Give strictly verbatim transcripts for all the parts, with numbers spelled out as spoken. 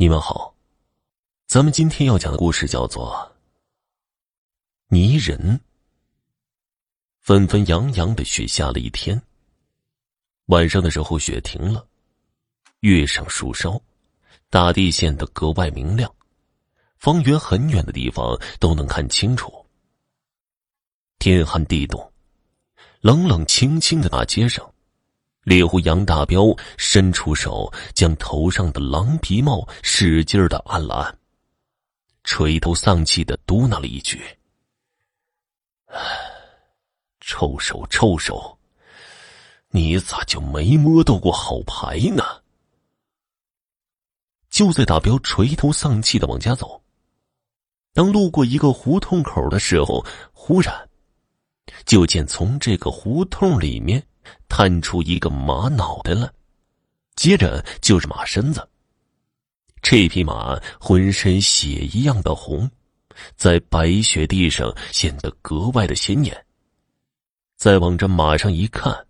你们好，咱们今天要讲的故事叫做泥人。纷纷扬扬的雪下了一天，晚上的时候雪停了，月上树梢，大地显得格外明亮，方圆很远的地方都能看清楚。天寒地冻，冷冷清清的大街上，猎户杨大彪伸出手，将头上的狼皮帽使劲的按了按，垂头丧气的嘟囔了一句：臭手臭手，你咋就没摸到过好牌呢？就在大彪垂头丧气的往家走，当路过一个胡同口的时候，忽然就见从这个胡同里面探出一个马脑袋来，接着就是马身子。这匹马浑身血一样的红，在白雪地上显得格外的显眼。再往这马上一看，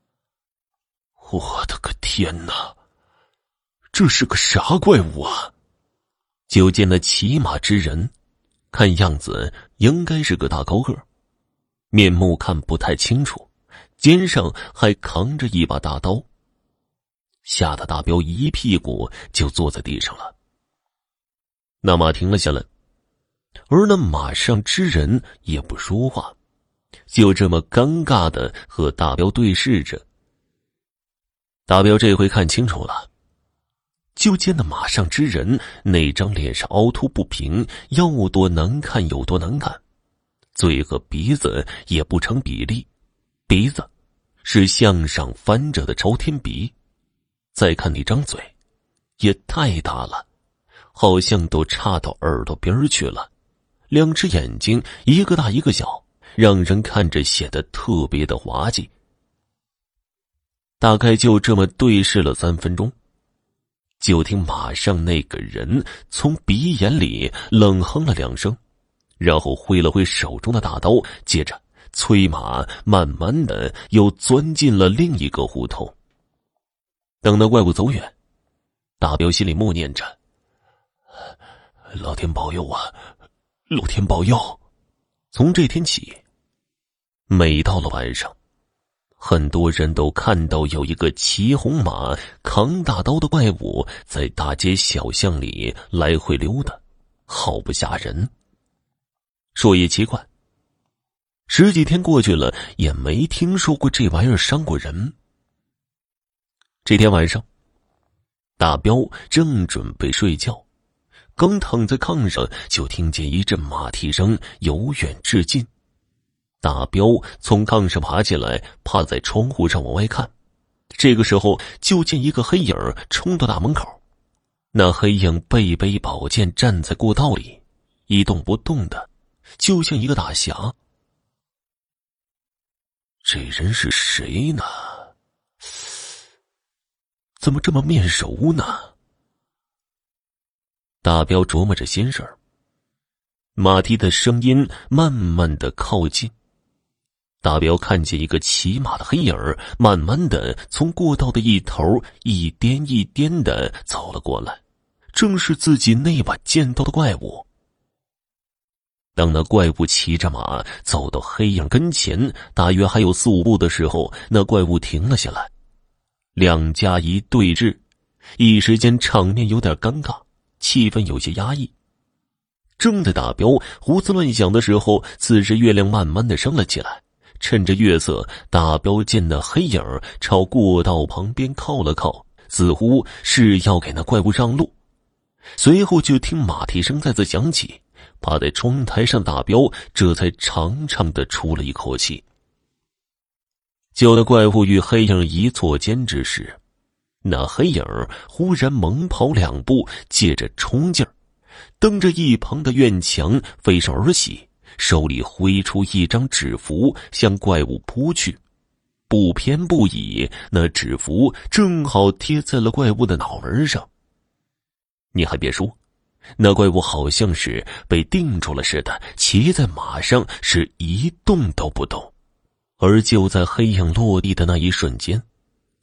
我的个天哪，这是个啥怪物啊？就见那骑马之人，看样子应该是个大高个，面目看不太清楚，肩上还扛着一把大刀，吓得大彪一屁股就坐在地上了。那马停了下来，而那马上之人也不说话，就这么尴尬的和大彪对视着。大彪这回看清楚了，就见那马上之人那张脸上凹凸不平，要多难看有多难看，嘴和鼻子也不成比例，鼻子是向上翻着的朝天鼻，再看那张嘴也太大了，好像都插到耳朵边去了，两只眼睛一个大一个小，让人看着显得特别的滑稽。大概就这么对视了三分钟，就听马上那个人从鼻眼里冷哼了两声，然后挥了挥手中的大刀，接着催马慢慢的又钻进了另一个胡同。等那怪物走远，大彪心里默念着：老天保佑啊，老天保佑。从这天起，每到了晚上，很多人都看到有一个骑红马扛大刀的怪物在大街小巷里来回溜达，好不吓人。说也奇怪，十几天过去了，也没听说过这玩意儿伤过人。这天晚上，大彪正准备睡觉，刚躺在炕上，就听见一阵马蹄声由远至近。大彪从炕上爬起来，趴在窗户上往外看。这个时候，就见一个黑影冲到大门口。那黑影背背宝剑站在过道里，一动不动的，就像一个大侠。这人是谁呢？怎么这么面熟呢？大彪琢磨着心事儿。马蹄的声音慢慢的靠近，大彪看见一个骑马的黑影儿慢慢的从过道的一头一颠一颠的走了过来，正是自己那晚见到的怪物。当那怪物骑着马走到黑影跟前，大约还有四五步的时候，那怪物停了下来，两家一对峙，一时间场面有点尴尬，气氛有些压抑。正在大彪胡思乱想的时候，此时月亮慢慢的升了起来，趁着月色，大彪见那黑影朝过道旁边靠了靠，似乎是要给那怪物让路。随后就听马蹄声再次响起，趴在窗台上大彪这才长长的出了一口气。就那怪物与黑影一错肩之时，那黑影忽然猛跑两步，借着冲劲儿，蹬着一旁的院墙飞上而起，手里挥出一张纸符向怪物扑去。不偏不倚，那纸符正好贴在了怪物的脑门上。你还别说，那怪物好像是被定住了似的，骑在马上是一动都不动。而就在黑影落地的那一瞬间，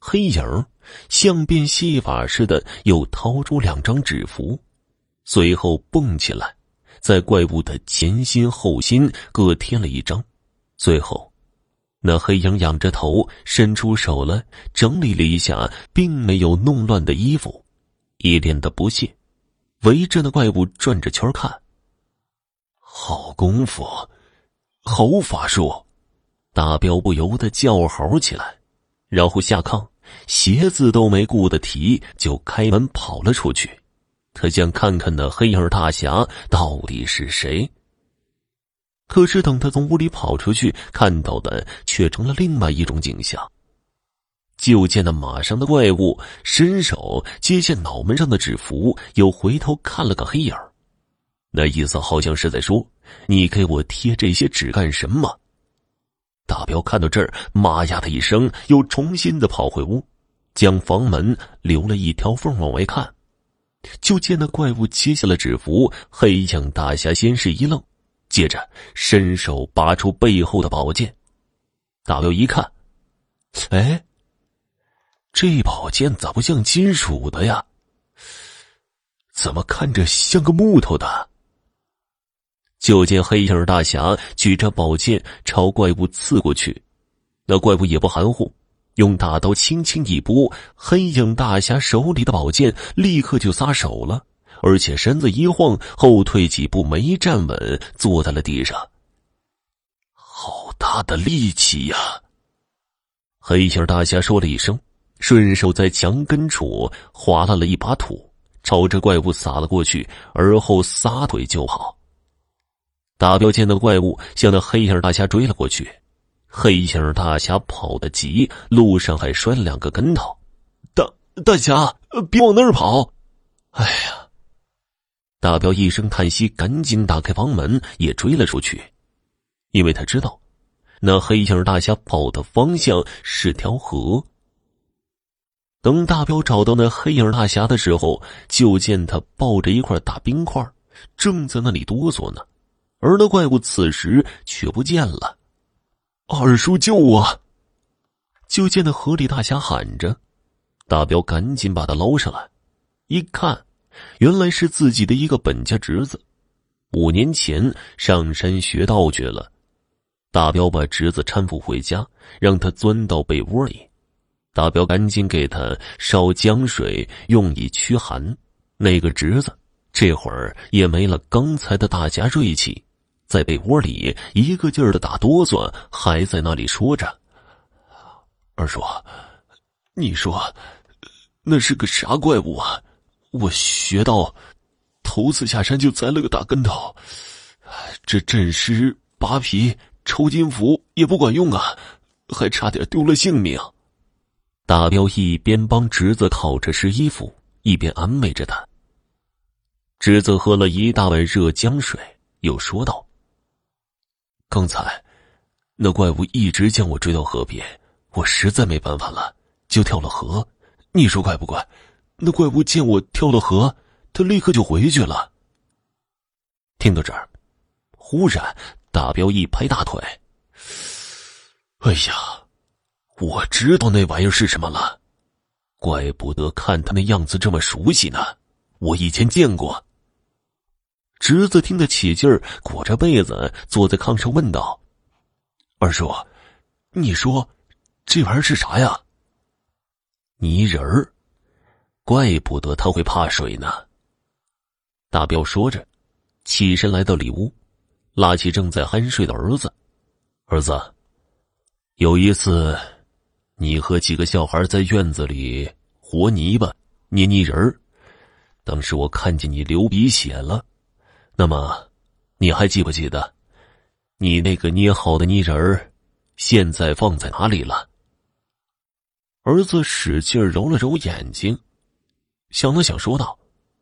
黑影像变戏法似的又掏出两张纸符，随后蹦起来，在怪物的前心后心各贴了一张。最后那黑影仰着头伸出手来整理了一下并没有弄乱的衣服，一脸的不屑，围着那怪物转着圈看。好功夫，好法术！大彪不由得叫嚎起来，然后下炕，鞋子都没顾得提，就开门跑了出去。他想看看那黑影大侠到底是谁。可是等他从屋里跑出去，看到的却成了另外一种景象。就见那马上的怪物伸手接下脑门上的纸符，又回头看了个黑影，那意思好像是在说，你给我贴这些纸干什么？大彪看到这儿，妈呀的一声，又重新的跑回屋，将房门留了一条缝往外看。就见那怪物接下了纸符，黑影大侠先是一愣，接着伸手拔出背后的宝剑。大彪一看，哎，这宝剑咋不像金属的呀？怎么看着像个木头的？就见黑影大侠举着宝剑朝怪物刺过去，那怪物也不含糊，用大刀轻轻一拨，黑影大侠手里的宝剑立刻就撒手了，而且身子一晃，后退几步没站稳，坐在了地上。好大的力气呀！黑影大侠说了一声，顺手在墙根处划拉了一把土，朝着怪物撒了过去，而后撒腿就跑。大彪见到怪物向那黑影大侠追了过去，黑影大侠跑得急，路上还摔了两个跟头。大大侠，别往那儿跑！哎呀！大彪一声叹息，赶紧打开房门，也追了出去，因为他知道那黑影大侠跑的方向是条河。等大彪找到那黑影大侠的时候，就见他抱着一块大冰块，正在那里哆嗦呢，而那怪物此时却不见了。二叔救我！就见那河里大侠喊着，大彪赶紧把他捞上来，一看原来是自己的一个本家侄子，五年前上山学道去了。大彪把侄子搀扶回家，让他钻到被窝里。大彪赶紧给他烧姜水，用以驱寒。那个侄子这会儿也没了刚才的大侠锐气，在被窝里一个劲儿的打哆嗦，还在那里说着：二叔，你说那是个啥怪物啊？我学到头次下山就栽了个大跟头，这镇尸拔皮抽筋符也不管用啊，还差点丢了性命。大彪一边帮侄子烤着湿衣服，一边安慰着他。侄子喝了一大碗热姜水，又说道：刚才那怪物一直将我追到河边，我实在没办法了，就跳了河。你说怪不怪？那怪物见我跳了河，他立刻就回去了。听到这儿，忽然大彪一拍大腿：哎呀，我知道那玩意儿是什么了，怪不得看他那样子这么熟悉呢，我以前见过。侄子听得起劲儿，裹着被子坐在炕上问道：二叔，你说这玩意儿是啥呀？泥人儿，怪不得他会怕水呢。大彪说着起身来到里屋，拉起正在酣睡的儿子：儿子，有一次你和几个小孩在院子里和泥巴捏泥人儿，当时我看见你流鼻血了，那么你还记不记得你那个捏好的泥人儿现在放在哪里了？儿子使劲揉了揉眼睛，想了想说道：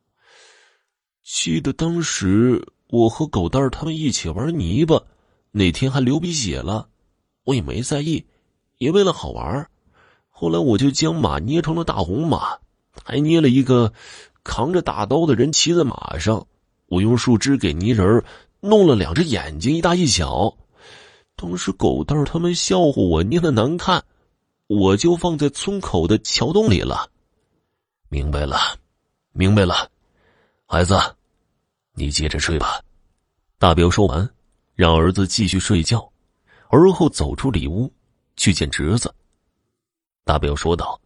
记得当时我和狗蛋他们一起玩泥巴，那天还流鼻血了，我也没在意，也为了好玩。后来我就将马捏成了大红马，还捏了一个扛着大刀的人骑在马上，我用树枝给泥人弄了两只眼睛，一大一小。当时狗蛋他们笑话我捏得难看， 我就放在村口的桥洞里了。明白了，明白了，孩子，你接着睡吧。大彪说完，让儿子继续睡觉，而后走出里屋去见侄子。大彪说道：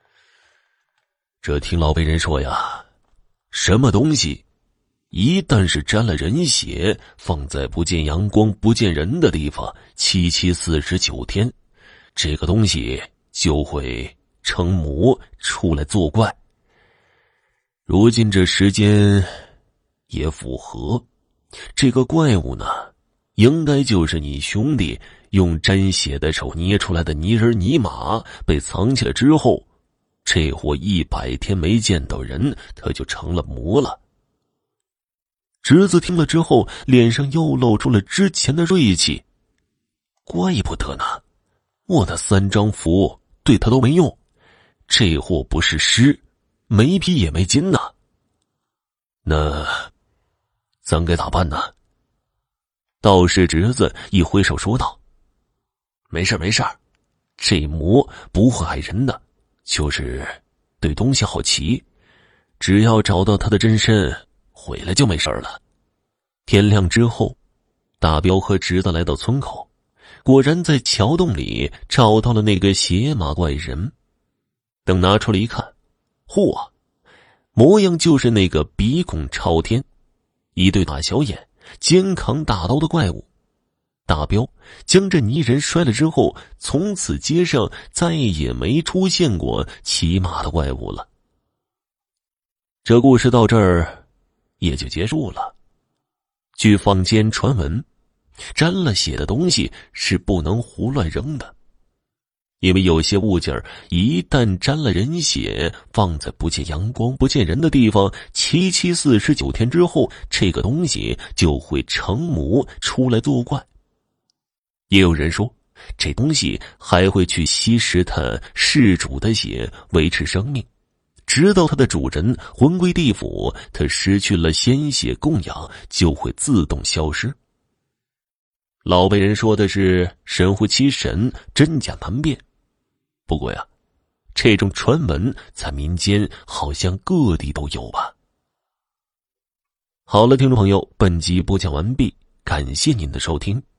这听老辈人说呀，什么东西一旦是沾了人血，放在不见阳光不见人的地方七七四十九天，这个东西就会成魔出来作怪。如今这时间也符合，这个怪物呢，应该就是你兄弟用沾血的手捏出来的泥人泥马，被藏起来之后，这货一百天没见到人，他就成了魔了。侄子听了之后，脸上又露出了之前的锐气。怪不得呢，我的三张符对他都没用，这货不是尸，没皮也没筋呐。那咱该咋办呢？道士侄子一挥手说道：没事没事，这魔不会害人的，就是对东西好奇，只要找到他的真身，回来就没事了。天亮之后，大彪和侄子来到村口，果然在桥洞里找到了那个邪马怪人。等拿出来一看，嚯，模样就是那个鼻孔朝天，一对大小眼，肩扛大刀的怪物。大彪将这泥人摔了之后，从此街上再也没出现过骑马的怪物了。这故事到这儿也就结束了。据坊间传闻，沾了血的东西是不能胡乱扔的，因为有些物件一旦沾了人血，放在不见阳光不见人的地方七七四十九天之后，这个东西就会成魔出来作怪。也有人说，这东西还会去吸食它事主的血维持生命，直到它的主人魂归地府，它失去了鲜血供养，就会自动消失。老辈人说的是神乎其神，真假难辨。不过呀，这种传闻在民间好像各地都有吧。好了，听众朋友，本集播讲完毕，感谢您的收听。